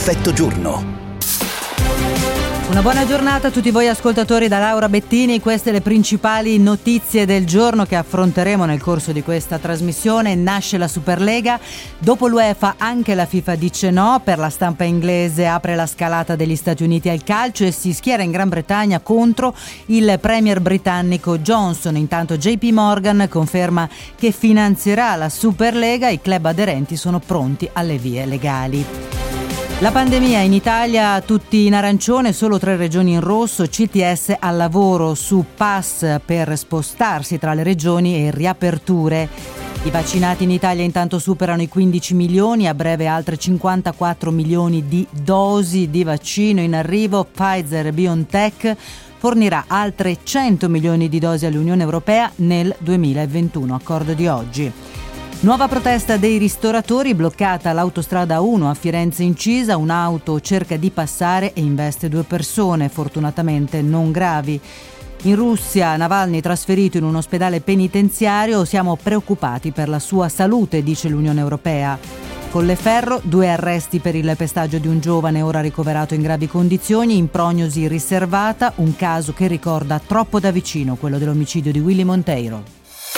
perfetto giorno. Una buona giornata a tutti voi ascoltatori da Laura Bettini. Queste le principali notizie del giorno che affronteremo nel corso di questa trasmissione. Nasce la Superlega, dopo l'UEFA anche la FIFA dice no, per la stampa inglese apre la scalata degli Stati Uniti al calcio e si schiera in Gran Bretagna contro il premier britannico Johnson. Intanto JP Morgan conferma che finanzierà la Superlega, i club aderenti sono pronti alle vie legali. La pandemia in Italia, tutti in arancione, solo 3 regioni in rosso, CTS al lavoro su pass per spostarsi tra le regioni e riaperture. I vaccinati in Italia intanto superano i 15 milioni, a breve altre 54 milioni di dosi di vaccino in arrivo. Pfizer e BioNTech fornirà altre 100 milioni di dosi all'Unione Europea nel 2021, accordo di oggi. Nuova protesta dei ristoratori, bloccata l'autostrada 1 a Firenze Incisa, un'auto cerca di passare e investe 2 persone, fortunatamente non gravi. In Russia Navalny trasferito in un ospedale penitenziario, siamo preoccupati per la sua salute, dice l'Unione Europea. Colleferro, 2 arresti per il pestaggio di un giovane ora ricoverato in gravi condizioni, in prognosi riservata, un caso che ricorda troppo da vicino quello dell'omicidio di Willy Monteiro.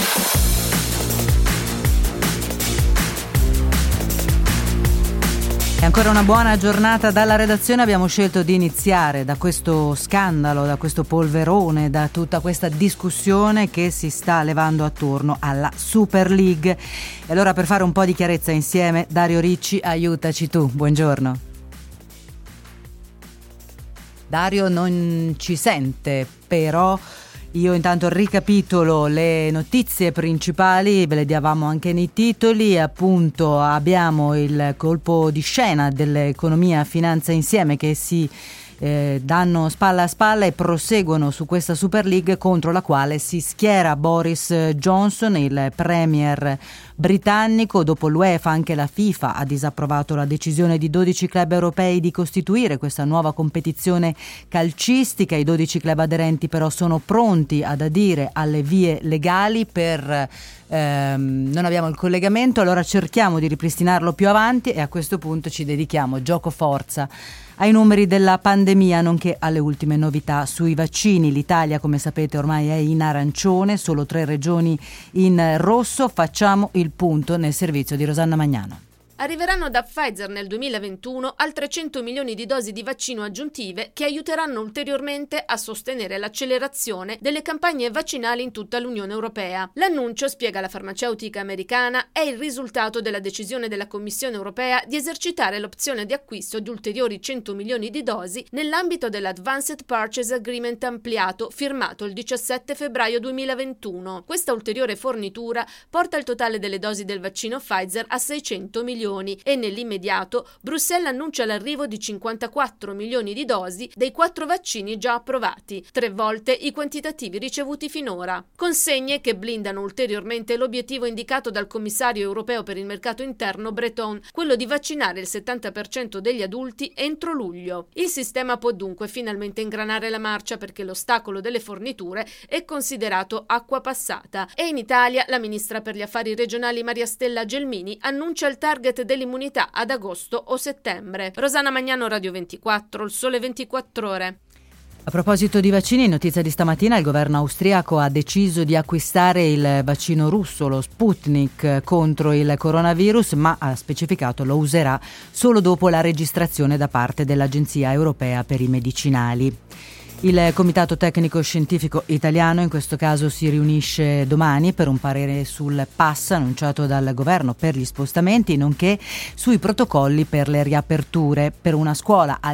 E ancora una buona giornata dalla redazione. Abbiamo scelto di iniziare da questo scandalo, da questo polverone, da tutta questa discussione che si sta levando attorno alla Super League. E allora, per fare un po' di chiarezza insieme, Dario Ricci, aiutaci tu. Buongiorno. Dario non ci sente, però io intanto ricapitolo le notizie principali, ve le davamo anche nei titoli. Appunto abbiamo il colpo di scena dell'economia finanza insieme che si danno spalla a spalla e proseguono su questa Super League contro la quale si schiera Boris Johnson, il premier britannico. Dopo l'UEFA anche la FIFA ha disapprovato la decisione di 12 club europei di costituire questa nuova competizione calcistica. I 12 club aderenti però sono pronti ad adire alle vie legali. Non abbiamo il collegamento, allora cerchiamo di ripristinarlo più avanti e a questo punto ci dedichiamo gioco forza ai numeri della pandemia nonché alle ultime novità sui vaccini. L'Italia, come sapete, ormai è in arancione, solo 3 regioni in rosso. Facciamo il punto nel servizio di Rosanna Magnano. Arriveranno da Pfizer nel 2021 altre 100 milioni di dosi di vaccino aggiuntive che aiuteranno ulteriormente a sostenere l'accelerazione delle campagne vaccinali in tutta l'Unione Europea. L'annuncio, spiega la farmaceutica americana, è il risultato della decisione della Commissione Europea di esercitare l'opzione di acquisto di ulteriori 100 milioni di dosi nell'ambito dell'Advanced Purchase Agreement ampliato firmato il 17 febbraio 2021. Questa ulteriore fornitura porta il totale delle dosi del vaccino Pfizer a 600 milioni. E nell'immediato Bruxelles annuncia l'arrivo di 54 milioni di dosi dei 4 vaccini già approvati, 3 volte i quantitativi ricevuti finora. Consegne che blindano ulteriormente l'obiettivo indicato dal commissario europeo per il mercato interno Breton, quello di vaccinare il 70% degli adulti entro luglio. Il sistema può dunque finalmente ingranare la marcia perché l'ostacolo delle forniture è considerato acqua passata. E in Italia la ministra per gli affari regionali Maria Stella Gelmini annuncia il target dell'immunità ad agosto o settembre. Rosanna Magnano, Radio 24, il Sole 24 Ore. A proposito di vaccini, notizia di stamattina, il governo austriaco ha deciso di acquistare il vaccino russo, lo Sputnik, contro il coronavirus, ma ha specificato lo userà solo dopo la registrazione da parte dell'Agenzia Europea per i Medicinali. Il Comitato Tecnico Scientifico Italiano in questo caso si riunisce domani per un parere sul pass annunciato dal governo per gli spostamenti, nonché sui protocolli per le riaperture. Per una scuola al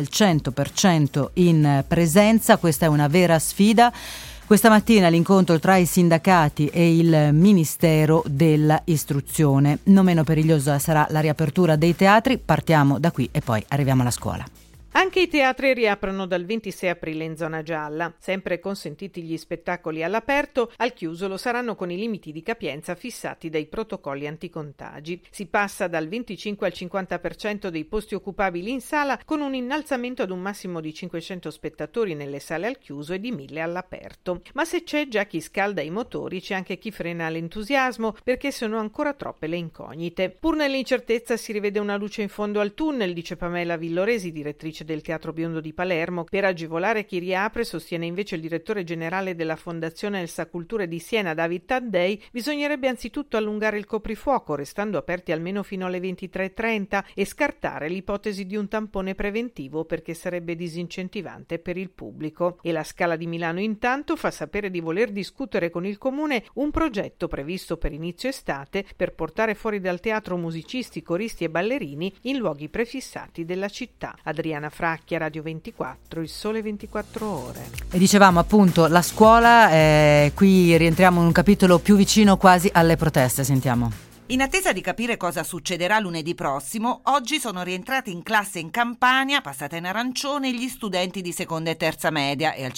100% in presenza, questa è una vera sfida. Questa mattina l'incontro tra i sindacati e il Ministero della Istruzione. Non meno perigliosa sarà la riapertura dei teatri. Partiamo da qui e poi arriviamo alla scuola. Anche i teatri riaprono dal 26 aprile in zona gialla. Sempre consentiti gli spettacoli all'aperto, al chiuso lo saranno con i limiti di capienza fissati dai protocolli anticontagi. Si passa dal 25 al 50% dei posti occupabili in sala, con un innalzamento ad un massimo di 500 spettatori nelle sale al chiuso e di 1000 all'aperto. Ma se c'è già chi scalda i motori, c'è anche chi frena l'entusiasmo, perché sono ancora troppe le incognite. Pur nell'incertezza si rivede una luce in fondo al tunnel, dice Pamela Villoresi, direttrice del Teatro Biondo di Palermo. Per agevolare chi riapre, sostiene invece il direttore generale della Fondazione Elsa Culture di Siena, David Taddei, bisognerebbe anzitutto allungare il coprifuoco, restando aperti almeno fino alle 23:30, e scartare l'ipotesi di un tampone preventivo, perché sarebbe disincentivante per il pubblico. E la Scala di Milano intanto fa sapere di voler discutere con il Comune un progetto previsto per inizio estate per portare fuori dal teatro musicisti, coristi e ballerini in luoghi prefissati della città. Adriana Fracchia, Radio 24, Il Sole 24 Ore. E dicevamo appunto la scuola, qui rientriamo in un capitolo più vicino quasi alle proteste, sentiamo. In attesa di capire cosa succederà lunedì prossimo, oggi sono rientrati in classe in Campania, passata in arancione, gli studenti di seconda e terza media e al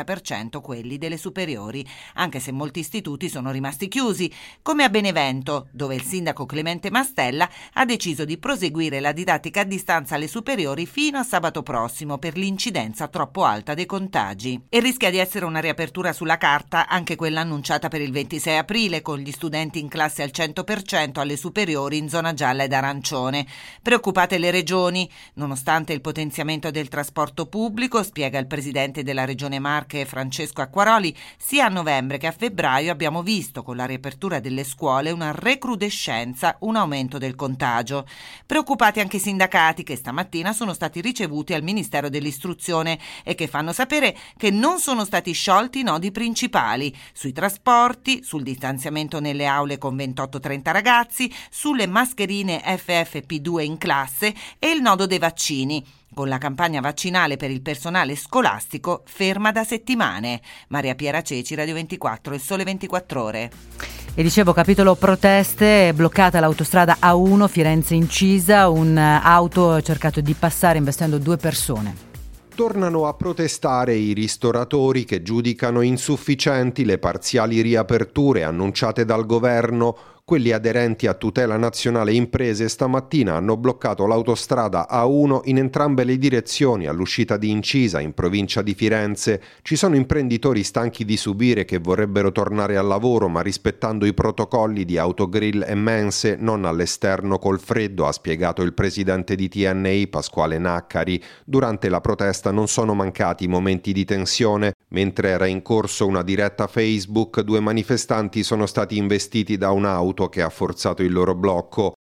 50% quelli delle superiori, anche se molti istituti sono rimasti chiusi, come a Benevento, dove il sindaco Clemente Mastella ha deciso di proseguire la didattica a distanza alle superiori fino a sabato prossimo per l'incidenza troppo alta dei contagi. E rischia di essere una riapertura sulla carta anche quella annunciata per il 26 aprile, con gli studenti in classe al 100% alle superiori in zona gialla ed arancione. Preoccupate le regioni, nonostante il potenziamento del trasporto pubblico, spiega il presidente della Regione Marche Francesco Acquaroli, sia a novembre che a febbraio abbiamo visto con la riapertura delle scuole una recrudescenza, un aumento del contagio. Preoccupati anche i sindacati, che stamattina sono stati ricevuti al Ministero dell'Istruzione e che fanno sapere che non sono stati sciolti i nodi principali sui trasporti, sul distanziamento nelle aule con 28-30 ragazzi, sulle mascherine FFP2 in classe e il nodo dei vaccini, con la campagna vaccinale per il personale scolastico ferma da settimane. Maria Piera Ceci, Radio 24, Il Sole 24 Ore. E dicevo, capitolo proteste, bloccata l'autostrada A1 Firenze-Incisa, un'auto ha cercato di passare investendo 2 persone. Tornano a protestare i ristoratori che giudicano insufficienti le parziali riaperture annunciate dal governo. Quelli aderenti a Tutela Nazionale Imprese stamattina hanno bloccato l'autostrada A1 in entrambe le direzioni all'uscita di Incisa, in provincia di Firenze. Ci sono imprenditori stanchi di subire che vorrebbero tornare al lavoro, ma rispettando i protocolli di autogrill e mense, non all'esterno col freddo, ha spiegato il presidente di TNI Pasquale Naccari. Durante la protesta non sono mancati momenti di tensione. Mentre era in corso una diretta Facebook, 2 manifestanti sono stati investiti da un'auto che ha forzato il loro blocco.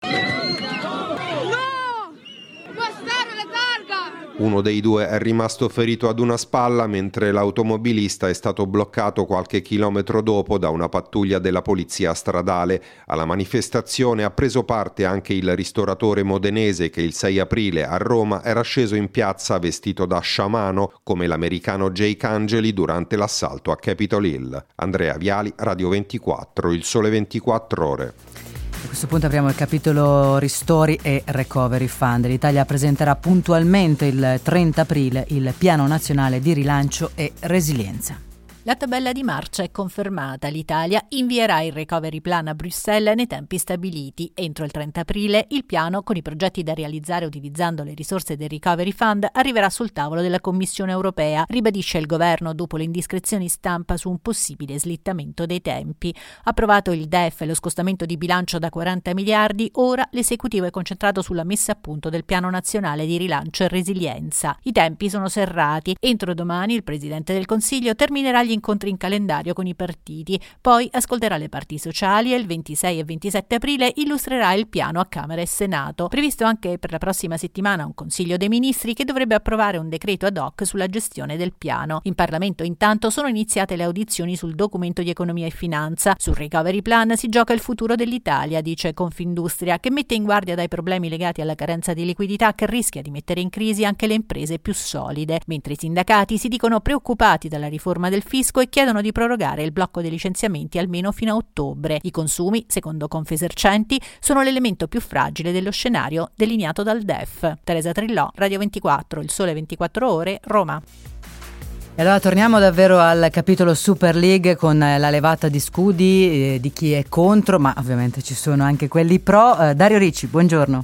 Uno dei 2 è rimasto ferito ad una spalla, mentre l'automobilista è stato bloccato qualche chilometro dopo da una pattuglia della polizia stradale. Alla manifestazione ha preso parte anche il ristoratore modenese che il 6 aprile a Roma era sceso in piazza vestito da sciamano, come l'americano Jake Angeli durante l'assalto a Capitol Hill. Andrea Viali, Radio 24, Il Sole 24 Ore. A questo punto apriamo il capitolo Ristori e Recovery Fund. L'Italia presenterà puntualmente il 30 aprile il Piano Nazionale di Rilancio e Resilienza. La tabella di marcia è confermata. L'Italia invierà il recovery plan a Bruxelles nei tempi stabiliti. Entro il 30 aprile il piano, con i progetti da realizzare utilizzando le risorse del recovery fund, arriverà sul tavolo della Commissione europea, ribadisce il governo dopo le indiscrezioni stampa su un possibile slittamento dei tempi. Approvato il DEF e lo scostamento di bilancio da 40 miliardi, ora l'esecutivo è concentrato sulla messa a punto del Piano Nazionale di Rilancio e Resilienza. I tempi sono serrati. Entro domani il Presidente del Consiglio terminerà gli incontri in calendario con i partiti, poi ascolterà le parti sociali e il 26 e 27 aprile illustrerà il piano a Camera e Senato. Previsto anche per la prossima settimana un Consiglio dei Ministri che dovrebbe approvare un decreto ad hoc sulla gestione del piano. In Parlamento intanto sono iniziate le audizioni sul documento di economia e finanza. Sul recovery plan si gioca il futuro dell'Italia, dice Confindustria, che mette in guardia dai problemi legati alla carenza di liquidità che rischia di mettere in crisi anche le imprese più solide, mentre i sindacati si dicono preoccupati dalla riforma del fisco fisco e chiedono di prorogare il blocco dei licenziamenti almeno fino a ottobre. I consumi, secondo Confesercenti, sono l'elemento più fragile dello scenario delineato dal DEF. Teresa Trillò, Radio 24, Il Sole 24 Ore, Roma. E allora torniamo davvero al capitolo Super League con la levata di scudi di chi è contro, ma ovviamente ci sono anche quelli pro. Dario Ricci, buongiorno.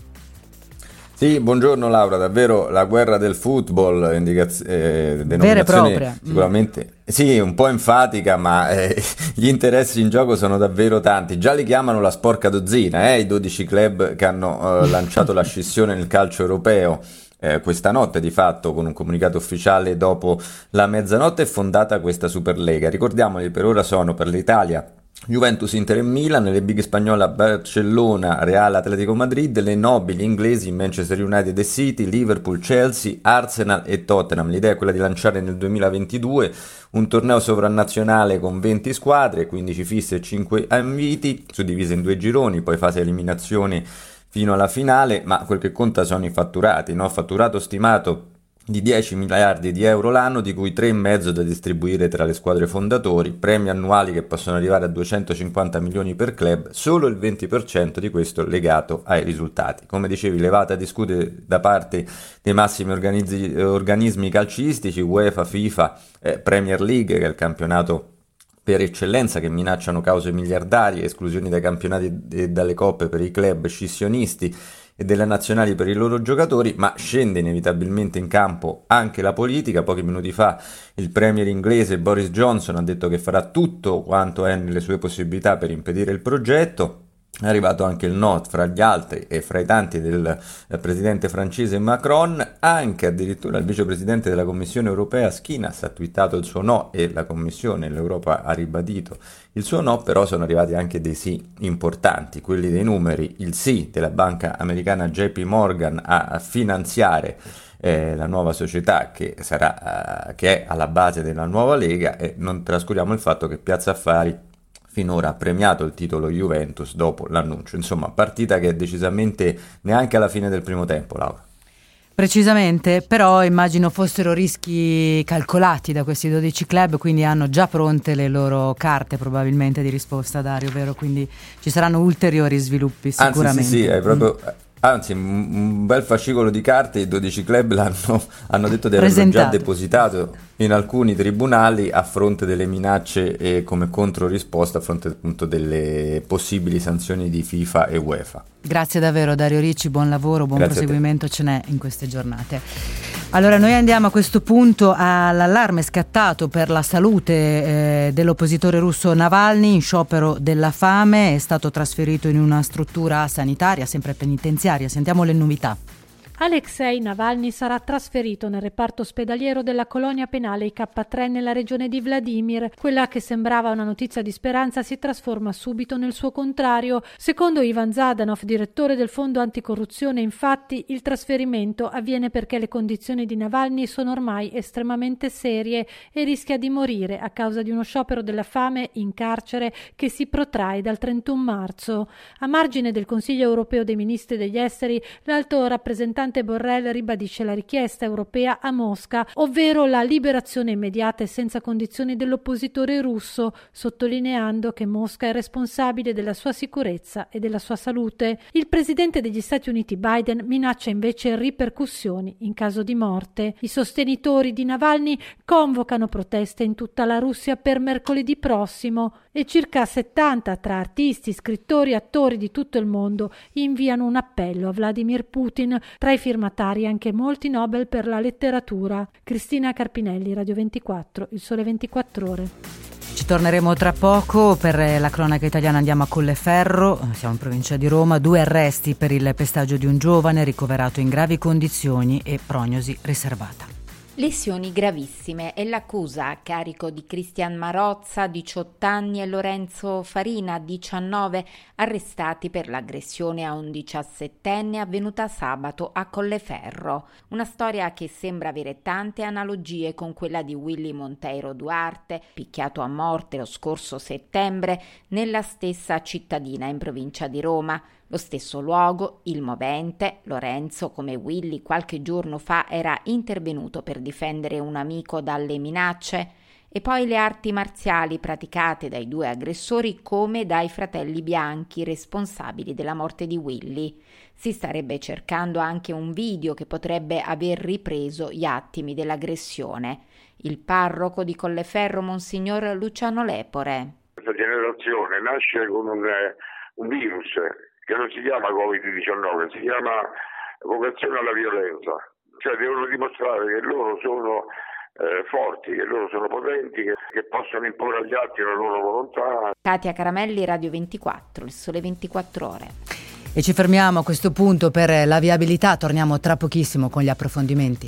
Sì, buongiorno Laura, davvero la guerra del football, denominazione vera e propria. Sicuramente sì, un po' enfatica, ma gli interessi in gioco sono davvero tanti. Già li chiamano la sporca dozzina, i 12 club che hanno lanciato la scissione nel calcio europeo. Questa notte di fatto, con un comunicato ufficiale dopo la mezzanotte, è fondata questa Superlega. Ricordiamoli, per ora sono per l'Italia Juventus, Inter e Milan, le big spagnola Barcellona, Real, Atletico Madrid, le nobili inglesi Manchester United e City, Liverpool, Chelsea, Arsenal e Tottenham. L'idea è quella di lanciare nel 2022 un torneo sovranazionale con 20 squadre, 15 fisse e 5 inviti, suddivise in 2 gironi, poi fase eliminazione fino alla finale, ma quel che conta sono i fatturati, no? Fatturato stimato di 10 miliardi di euro l'anno, di cui 3,5 da distribuire tra le squadre fondatori, premi annuali che possono arrivare a 250 milioni per club, solo il 20% di questo legato ai risultati. Come dicevi, levata di scudi da parte dei massimi organismi calcistici, UEFA, FIFA, Premier League, che è il campionato per eccellenza, che minacciano cause miliardarie, esclusioni dai campionati e dalle coppe per i club scissionisti e delle nazionali per i loro giocatori, ma scende inevitabilmente in campo anche la politica. Pochi minuti fa il premier inglese Boris Johnson ha detto che farà tutto quanto è nelle sue possibilità per impedire il progetto. È arrivato anche il no fra gli altri e fra i tanti del presidente francese Macron. Anche addirittura il vicepresidente della Commissione europea Schinas ha twittato il suo no e la Commissione, l'Europa, ha ribadito il suo no. Però sono arrivati anche dei sì importanti, quelli dei numeri: il sì della banca americana JP Morgan a finanziare la nuova società che è alla base della nuova Lega, e non trascuriamo il fatto che Piazza Affari finora ha premiato il titolo Juventus dopo l'annuncio. Insomma, partita che è decisamente neanche alla fine del primo tempo, Laura. Precisamente, però immagino fossero rischi calcolati da questi 12 club, quindi hanno già pronte le loro carte probabilmente di risposta, Dario, vero? Quindi ci saranno ulteriori sviluppi sicuramente. Anzi, sì, è proprio... Anzi, un bel fascicolo di carte. I 12 club hanno detto di averlo già depositato in alcuni tribunali a fronte delle minacce e come controrisposta a fronte appunto delle possibili sanzioni di FIFA e UEFA. Grazie davvero Dario Ricci, buon lavoro, buon proseguimento ce n'è in queste giornate. Allora noi andiamo a questo punto all'allarme scattato per la salute dell'oppositore russo Navalny, in sciopero della fame, è stato trasferito in una struttura sanitaria, sempre penitenziaria. Sentiamo le novità. Alexei Navalny sarà trasferito nel reparto ospedaliero della colonia penale IK3 nella regione di Vladimir. Quella che sembrava una notizia di speranza si trasforma subito nel suo contrario. Secondo Ivan Zhdanov, direttore del Fondo Anticorruzione, infatti, il trasferimento avviene perché le condizioni di Navalny sono ormai estremamente serie e rischia di morire a causa di uno sciopero della fame in carcere che si protrae dal 31 marzo. A margine del Consiglio europeo dei ministri degli esteri, l'alto rappresentante Borrell ribadisce la richiesta europea a Mosca, ovvero la liberazione immediata e senza condizioni dell'oppositore russo, sottolineando che Mosca è responsabile della sua sicurezza e della sua salute. Il presidente degli Stati Uniti Biden minaccia invece ripercussioni in caso di morte. I sostenitori di Navalny convocano proteste in tutta la Russia per mercoledì prossimo e circa 70 tra artisti, scrittori e attori di tutto il mondo inviano un appello a Vladimir Putin. Tra i firmatari anche molti Nobel per la letteratura. Cristina Carpinelli, Radio 24, Il Sole 24 Ore. Ci torneremo tra poco. Per la cronaca italiana andiamo a Colleferro, siamo in provincia di Roma. 2 arresti per il pestaggio di un giovane ricoverato in gravi condizioni e prognosi riservata. Lesioni gravissime è l'accusa a carico di Cristian Marozza, 18 anni, e Lorenzo Farina, 19, arrestati per l'aggressione a un 17enne avvenuta sabato a Colleferro. Una storia che sembra avere tante analogie con quella di Willy Monteiro Duarte, picchiato a morte lo scorso settembre nella stessa cittadina in provincia di Roma. Lo stesso luogo, il movente. Lorenzo, come Willy qualche giorno fa, era intervenuto per difendere un amico dalle minacce E poi le arti marziali praticate dai 2 aggressori come dai fratelli Bianchi, responsabili della morte di Willy. Si starebbe cercando anche un video che potrebbe aver ripreso gli attimi dell'aggressione. Il parroco di Colleferro, Monsignor Luciano Lepore. Questa generazione nasce con un virus che non si chiama Covid-19, si chiama vocazione alla violenza. Cioè devono dimostrare che loro sono forti, che loro sono potenti, che possono imporre agli altri la loro volontà. Katia Caramelli, Radio 24, Il Sole 24 Ore. E ci fermiamo a questo punto per la viabilità, torniamo tra pochissimo con gli approfondimenti.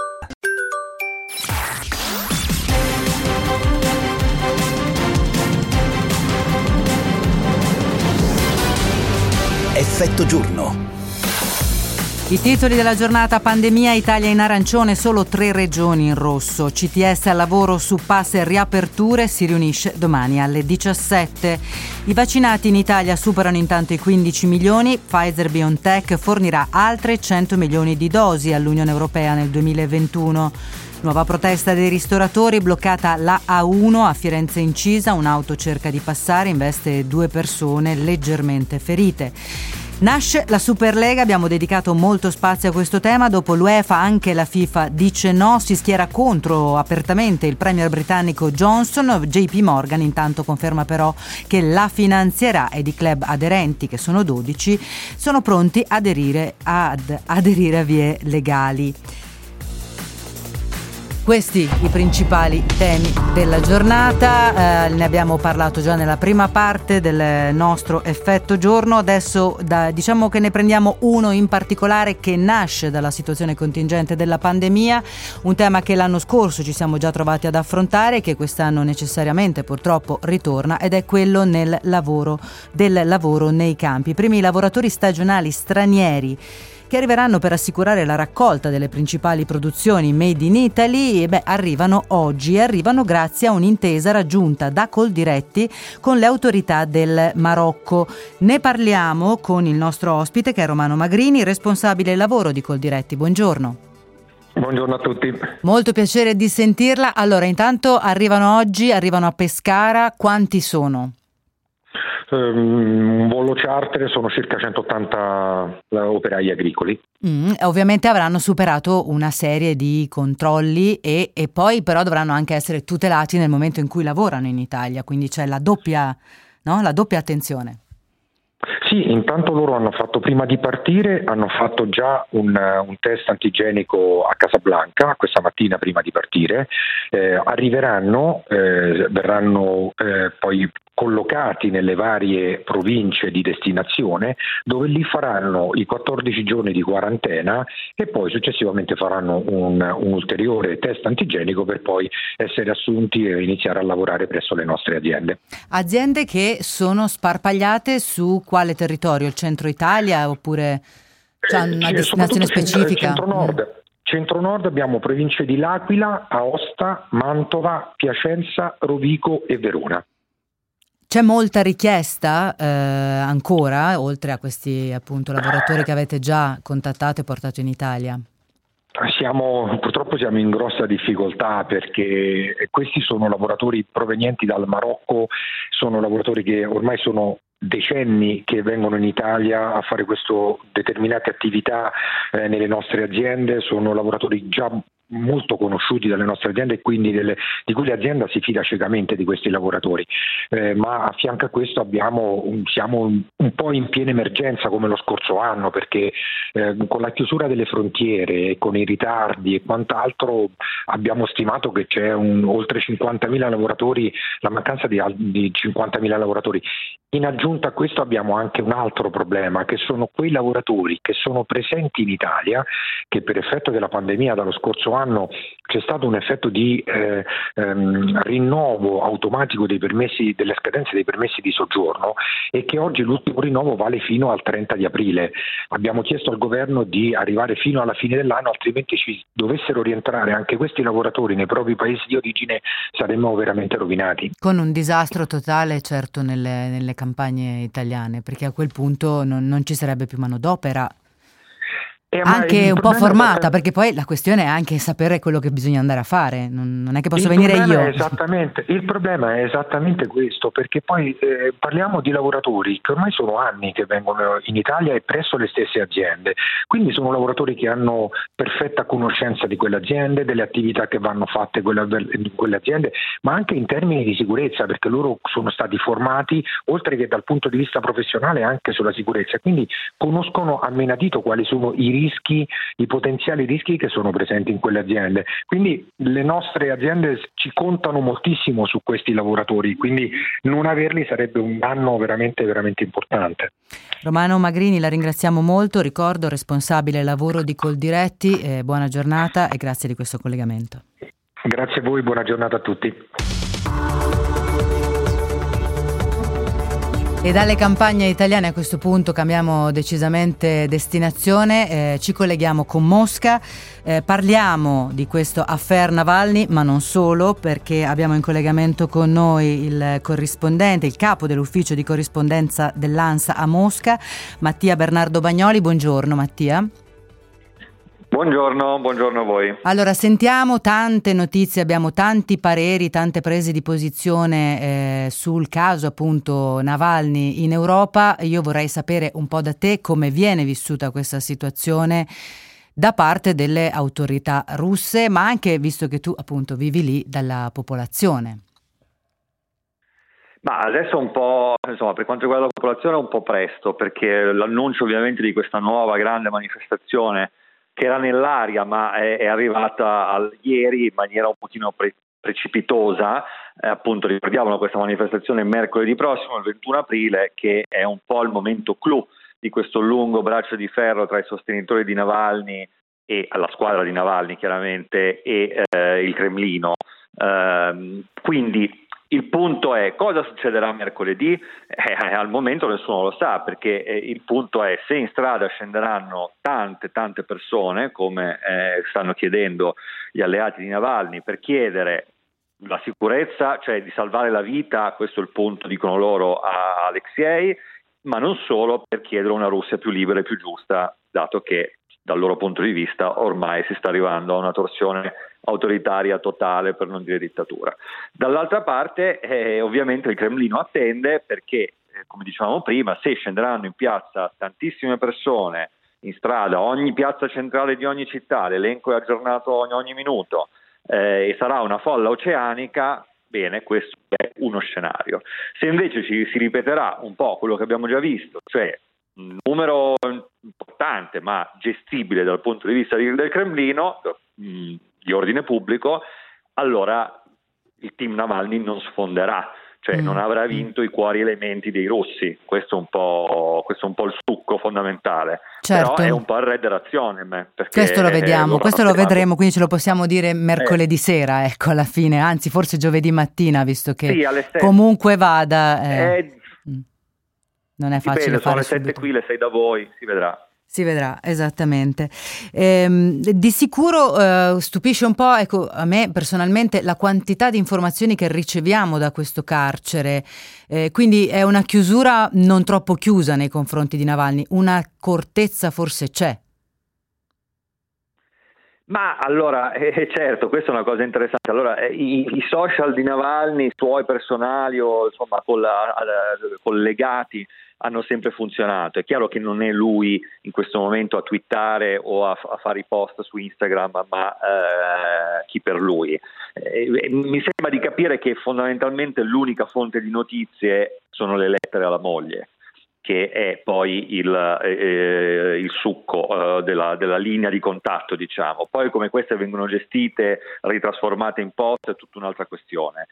Effetto giorno. I titoli della giornata: pandemia, Italia in arancione, solo 3 regioni in rosso. CTS al lavoro su pass e riaperture, si riunisce domani alle 17. I vaccinati in Italia superano intanto i 15 milioni, Pfizer-BioNTech fornirà altre 100 milioni di dosi all'Unione Europea nel 2021. Nuova protesta dei ristoratori, bloccata la A1 a Firenze Incisa, un'auto cerca di passare, investe 2 persone leggermente ferite. Nasce la Superlega, abbiamo dedicato molto spazio a questo tema, dopo l'UEFA anche la FIFA dice no, si schiera contro apertamente il premier britannico Johnson. JP Morgan intanto conferma però che la finanzierà ed i club aderenti, che sono 12, sono pronti ad aderire a vie legali. Questi i principali temi della giornata, ne abbiamo parlato già nella prima parte del nostro effetto giorno. Adesso diciamo che ne prendiamo uno in particolare che nasce dalla situazione contingente della pandemia, un tema che l'anno scorso ci siamo già trovati ad affrontare e che quest'anno necessariamente purtroppo ritorna, ed è quello del lavoro nei campi. I primi lavoratori stagionali stranieri che arriveranno per assicurare la raccolta delle principali produzioni made in Italy, arrivano oggi e arrivano grazie a un'intesa raggiunta da Coldiretti con le autorità del Marocco. Ne parliamo con il nostro ospite, che è Romano Magrini, responsabile lavoro di Coldiretti. Buongiorno. Buongiorno a tutti. Molto piacere di sentirla. Allora, intanto arrivano a Pescara, quanti sono? Un volo charter sono circa 180 operai agricoli. Ovviamente avranno superato una serie di controlli e poi però dovranno anche essere tutelati nel momento in cui lavorano in Italia, quindi c'è la doppia attenzione. Sì, intanto loro hanno fatto, prima di partire, hanno fatto già un test antigenico a Casablanca questa mattina prima di partire. Arriveranno, verranno poi collocati nelle varie province di destinazione, dove lì faranno i 14 giorni di quarantena e poi successivamente faranno un ulteriore test antigenico per poi essere assunti e iniziare a lavorare presso le nostre aziende. Aziende che sono sparpagliate su quale territorio? Il centro Italia oppure c'è una destinazione specifica? Centro-nord abbiamo province di L'Aquila, Aosta, Mantova, Piacenza, Rovigo e Verona. C'è molta richiesta ancora, oltre a questi appunto lavoratori che avete già contattato e portato in Italia? Purtroppo siamo in grossa difficoltà, perché questi sono lavoratori provenienti dal Marocco, sono lavoratori che ormai sono decenni che vengono in Italia a fare determinate attività nelle nostre aziende, sono lavoratori già molto conosciuti dalle nostre aziende e quindi di cui l'azienda si fida ciecamente di questi lavoratori, ma a fianco a questo siamo un po' in piena emergenza come lo scorso anno, perché con la chiusura delle frontiere, con i ritardi e quant'altro, abbiamo stimato che c'è oltre 50.000 lavoratori, la mancanza di 50.000 lavoratori. In aggiunta a questo abbiamo anche un altro problema, che sono quei lavoratori che sono presenti in Italia, che per effetto della pandemia dallo scorso anno c'è stato un effetto di rinnovo automatico delle scadenze dei permessi di soggiorno, e che oggi l'ultimo rinnovo vale fino al 30 di aprile. Abbiamo chiesto al governo di arrivare fino alla fine dell'anno, altrimenti ci dovessero rientrare anche questi lavoratori nei propri paesi di origine, saremmo veramente rovinati. Con un disastro totale, certo, nelle campagne italiane, perché a quel punto non ci sarebbe più manodopera. Anche un po' formata, perché poi la questione è anche sapere quello che bisogna andare a fare, non è che posso venire io. Esattamente, il problema è esattamente questo, perché poi parliamo di lavoratori che ormai sono anni che vengono in Italia e presso le stesse aziende, quindi sono lavoratori che hanno perfetta conoscenza di quelle aziende, delle attività che vanno fatte in quelle aziende, ma anche in termini di sicurezza, perché loro sono stati formati, oltre che dal punto di vista professionale, anche sulla sicurezza, quindi conoscono a menadito quali sono i potenziali rischi che sono presenti in quelle aziende. Quindi le nostre aziende ci contano moltissimo su questi lavoratori, quindi non averli sarebbe un danno veramente, veramente importante. Romano Magrini, la ringraziamo molto, ricordo responsabile lavoro di Coldiretti, buona giornata e grazie di questo collegamento. Grazie a voi, buona giornata a tutti. E dalle campagne italiane a questo punto cambiamo decisamente destinazione, ci colleghiamo con Mosca, parliamo di questo affair Navalny, ma non solo, perché abbiamo in collegamento con noi il corrispondente, il capo dell'ufficio di corrispondenza dell'ANSA a Mosca, Mattia Bernardo Bagnoli. Buongiorno Mattia. Buongiorno a voi. Allora, sentiamo tante notizie, abbiamo tanti pareri, tante prese di posizione sul caso appunto Navalny in Europa. Io vorrei sapere un po' da te come viene vissuta questa situazione da parte delle autorità russe, ma anche, visto che tu appunto vivi lì, dalla popolazione. Ma adesso un po', insomma, per quanto riguarda la popolazione è un po' presto, perché l'annuncio ovviamente di questa nuova grande manifestazione che era nell'aria ma è arrivata ieri in maniera un pochino precipitosa, appunto ricordiamo questa manifestazione mercoledì prossimo, il 21 aprile, che è un po' il momento clou di questo lungo braccio di ferro tra i sostenitori di Navalny e la squadra di Navalny chiaramente e il Cremlino. Quindi il punto è cosa succederà mercoledì? Al momento nessuno lo sa, perché il punto è se in strada scenderanno tante persone, come stanno chiedendo gli alleati di Navalny, per chiedere la sicurezza, cioè di salvare la vita, questo è il punto, dicono loro, a Alexei, ma non solo, per chiedere una Russia più libera e più giusta, dato che dal loro punto di vista ormai si sta arrivando a una torsione autoritaria totale, per non dire dittatura. Dall'altra parte ovviamente il Cremlino attende, perché come dicevamo prima, se scenderanno in piazza tantissime persone in strada, ogni piazza centrale di ogni città, l'elenco è aggiornato ogni minuto, e sarà una folla oceanica, bene, questo è uno scenario. Se invece si ripeterà un po' quello che abbiamo già visto, cioè un numero importante ma gestibile dal punto di vista del Cremlino, di ordine pubblico, allora il team Navalny non sfonderà, cioè non avrà vinto i cuori elementi dei russi. Questo è un po' il succo fondamentale. Certo. Però è un po' il Red Razionem, perché questo lo vediamo, questo lo vedremo, quindi ce lo possiamo dire mercoledì sera, ecco, alla fine, anzi forse giovedì mattina, visto che sì, alle 7. Comunque vada non è facile sono fare le 7 qui, le 6 da voi, si vedrà. Si vedrà, esattamente. Di sicuro stupisce un po', ecco, a me personalmente, la quantità di informazioni che riceviamo da questo carcere, quindi è una chiusura non troppo chiusa nei confronti di Navalny, una accortezza forse c'è. Ma allora, certo, questa è una cosa interessante. Allora, i social di Navalny, suoi personali o insomma collegati, hanno sempre funzionato. È chiaro che non è lui in questo momento a twittare o a fare i post su Instagram, ma chi per lui. Mi sembra di capire che fondamentalmente l'unica fonte di notizie sono le lettere alla moglie, che è poi il succo della linea di contatto, diciamo. Poi come queste vengono gestite, ritrasformate in post, è tutta un'altra questione.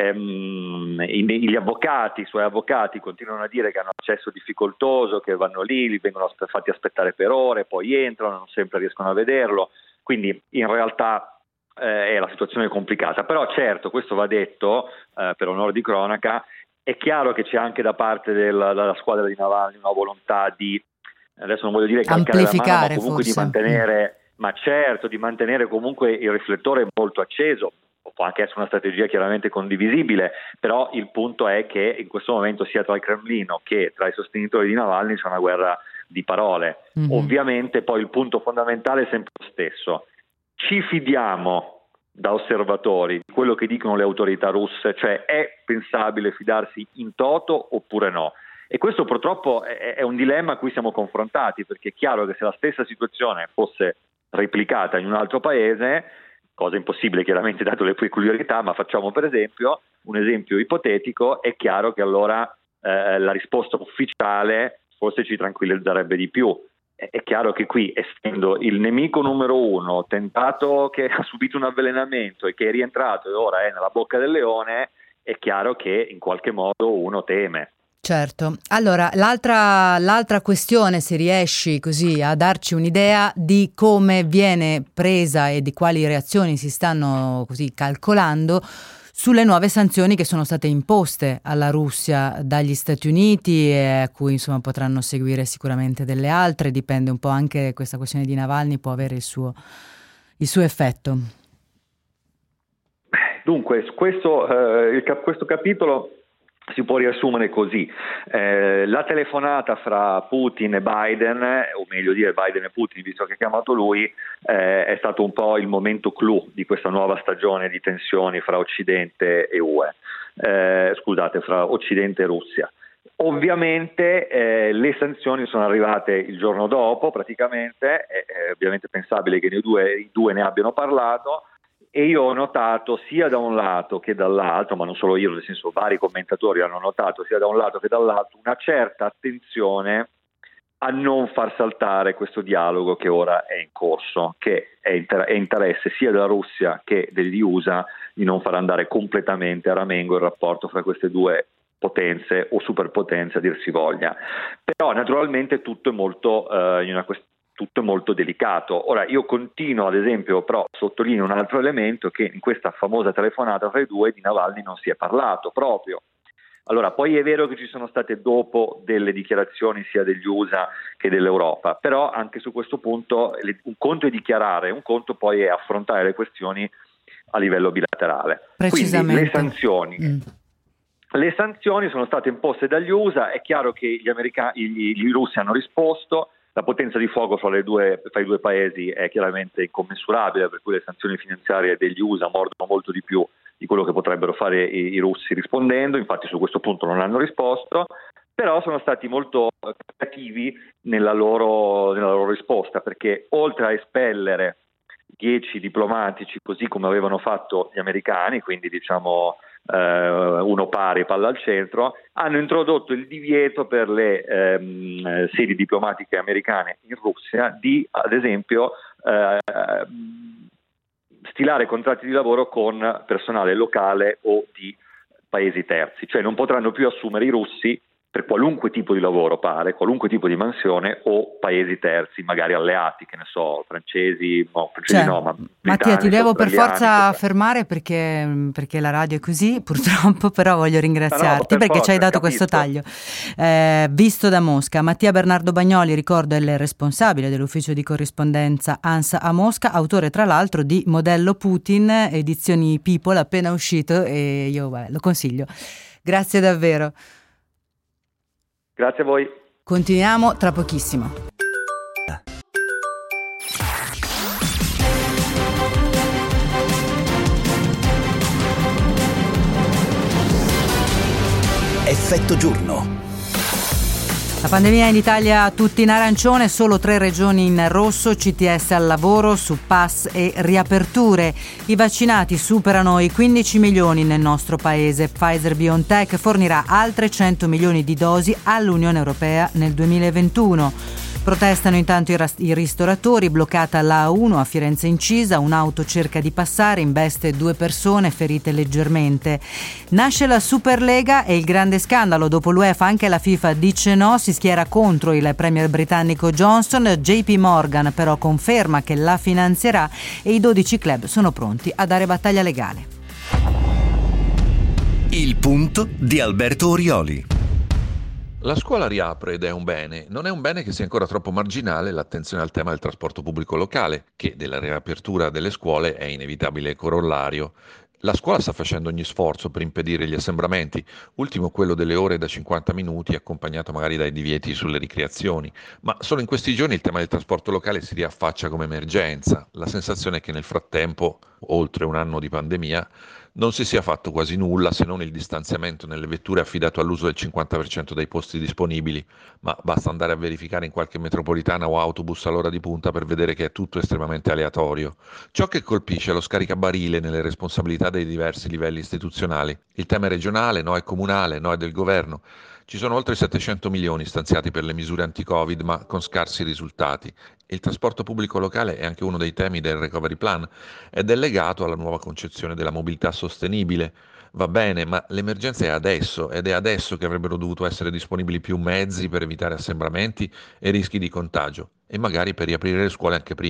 I suoi avvocati continuano a dire che hanno accesso difficoltoso, che vanno lì, li vengono fatti aspettare per ore, poi entrano, non sempre riescono a vederlo, quindi in realtà è la situazione complicata. Però certo, questo va detto, per onore di cronaca, è chiaro che c'è anche da parte della squadra di Navalny una volontà di, adesso non voglio dire calcare la mano, ma comunque forse di mantenere, ma certo, di mantenere comunque il riflettore molto acceso. Può anche essere una strategia chiaramente condivisibile, però il punto è che in questo momento sia tra il Cremlino che tra i sostenitori di Navalny c'è una guerra di parole. Ovviamente poi il punto fondamentale è sempre lo stesso: ci fidiamo da osservatori di quello che dicono le autorità russe, cioè è pensabile fidarsi in toto oppure no? E questo purtroppo è un dilemma a cui siamo confrontati, perché è chiaro che se la stessa situazione fosse replicata in un altro paese, cosa impossibile chiaramente dato le peculiarità, ma facciamo per esempio un esempio ipotetico, è chiaro che allora la risposta ufficiale forse ci tranquillizzerebbe di più. È chiaro che qui, essendo il nemico numero uno, tentato, che ha subito un avvelenamento e che è rientrato e ora è nella bocca del leone, è chiaro che in qualche modo uno teme. Certo. Allora, l'altra questione, se riesci così a darci un'idea di come viene presa e di quali reazioni si stanno così calcolando sulle nuove sanzioni che sono state imposte alla Russia dagli Stati Uniti e a cui insomma potranno seguire sicuramente delle altre, dipende un po' anche, questa questione di Navalny può avere il suo effetto. Dunque, questo capitolo si può riassumere così: la telefonata fra Putin e Biden, o meglio dire Biden e Putin, visto che ha chiamato lui, è stato un po' il momento clou di questa nuova stagione di tensioni fra Occidente e UE, fra Occidente e Russia. Ovviamente le sanzioni sono arrivate il giorno dopo praticamente, è ovviamente pensabile che i due ne abbiano parlato. E io ho notato sia da un lato che dall'altro, ma non solo io, nel senso vari commentatori hanno notato sia da un lato che dall'altro, una certa attenzione a non far saltare questo dialogo che ora è in corso, che è interesse sia della Russia che degli USA di non far andare completamente a ramengo il rapporto fra queste due potenze o superpotenze a dir si voglia. Però naturalmente tutto è molto tutto è molto delicato. Ora io continuo, ad esempio, però sottolineo un altro elemento, che in questa famosa telefonata fra i due di Navalny non si è parlato proprio. Allora, poi è vero che ci sono state dopo delle dichiarazioni sia degli USA che dell'Europa, però anche su questo punto un conto è dichiarare, un conto poi è affrontare le questioni a livello bilaterale. Quindi le sanzioni sono state imposte dagli USA, è chiaro che i russi hanno risposto. La potenza di fuoco fra i due paesi è chiaramente incommensurabile, per cui le sanzioni finanziarie degli USA mordono molto di più di quello che potrebbero fare i russi rispondendo, infatti su questo punto non hanno risposto, però sono stati molto creativi nella loro risposta, perché oltre a espellere 10 diplomatici così come avevano fatto gli americani, quindi diciamo uno pari palla al centro, hanno introdotto il divieto per le sedi diplomatiche americane in Russia di, ad esempio, stilare contratti di lavoro con personale locale o di paesi terzi, cioè non potranno più assumere i russi per qualunque tipo di lavoro, qualunque tipo di mansione, o paesi terzi, magari alleati, che ne so, francesi no, ma Mattia, ti devo per forza fermare perché la radio è così, purtroppo, però voglio ringraziarti perché ci hai dato questo taglio. Visto da Mosca, Mattia Bernardo Bagnoli, ricordo, è il responsabile dell'ufficio di corrispondenza ANSA a Mosca, autore tra l'altro di Modello Putin, edizioni People, appena uscito, e io lo consiglio. Grazie davvero. Grazie a voi. Continuiamo tra pochissimo. Effetto giorno. La pandemia in Italia tutti in arancione, solo 3 regioni in rosso, CTS al lavoro su pass e riaperture. I vaccinati superano i 15 milioni nel nostro paese. Pfizer-BioNTech fornirà altre 100 milioni di dosi all'Unione Europea nel 2021. Protestano intanto i ristoratori, bloccata la A1 a Firenze Incisa, un'auto cerca di passare, investe 2 persone ferite leggermente. Nasce la Superlega e il grande scandalo, dopo l'UEFA anche la FIFA dice no, si schiera contro il premier britannico Johnson, JP Morgan però conferma che la finanzierà e i 12 club sono pronti a dare battaglia legale. Il punto di Alberto Orioli. La scuola riapre ed è un bene. Non è un bene che sia ancora troppo marginale l'attenzione al tema del trasporto pubblico locale, che della riapertura delle scuole è inevitabile corollario. La scuola sta facendo ogni sforzo per impedire gli assembramenti, ultimo quello delle ore da 50 minuti, accompagnato magari dai divieti sulle ricreazioni, ma solo in questi giorni il tema del trasporto locale si riaffaccia come emergenza. La sensazione è che nel frattempo, oltre un anno di pandemia, non si sia fatto quasi nulla se non il distanziamento nelle vetture affidato all'uso del 50% dei posti disponibili, ma basta andare a verificare in qualche metropolitana o autobus all'ora di punta per vedere che è tutto estremamente aleatorio. Ciò che colpisce è lo scaricabarile nelle responsabilità dei diversi livelli istituzionali. Il tema è regionale, no è comunale, no è del governo. Ci sono oltre 700 milioni stanziati per le misure anti-Covid, ma con scarsi risultati. Il trasporto pubblico locale è anche uno dei temi del Recovery Plan ed è legato alla nuova concezione della mobilità sostenibile. Va bene, ma l'emergenza è adesso ed è adesso che avrebbero dovuto essere disponibili più mezzi per evitare assembramenti e rischi di contagio e magari per riaprire le scuole anche prima.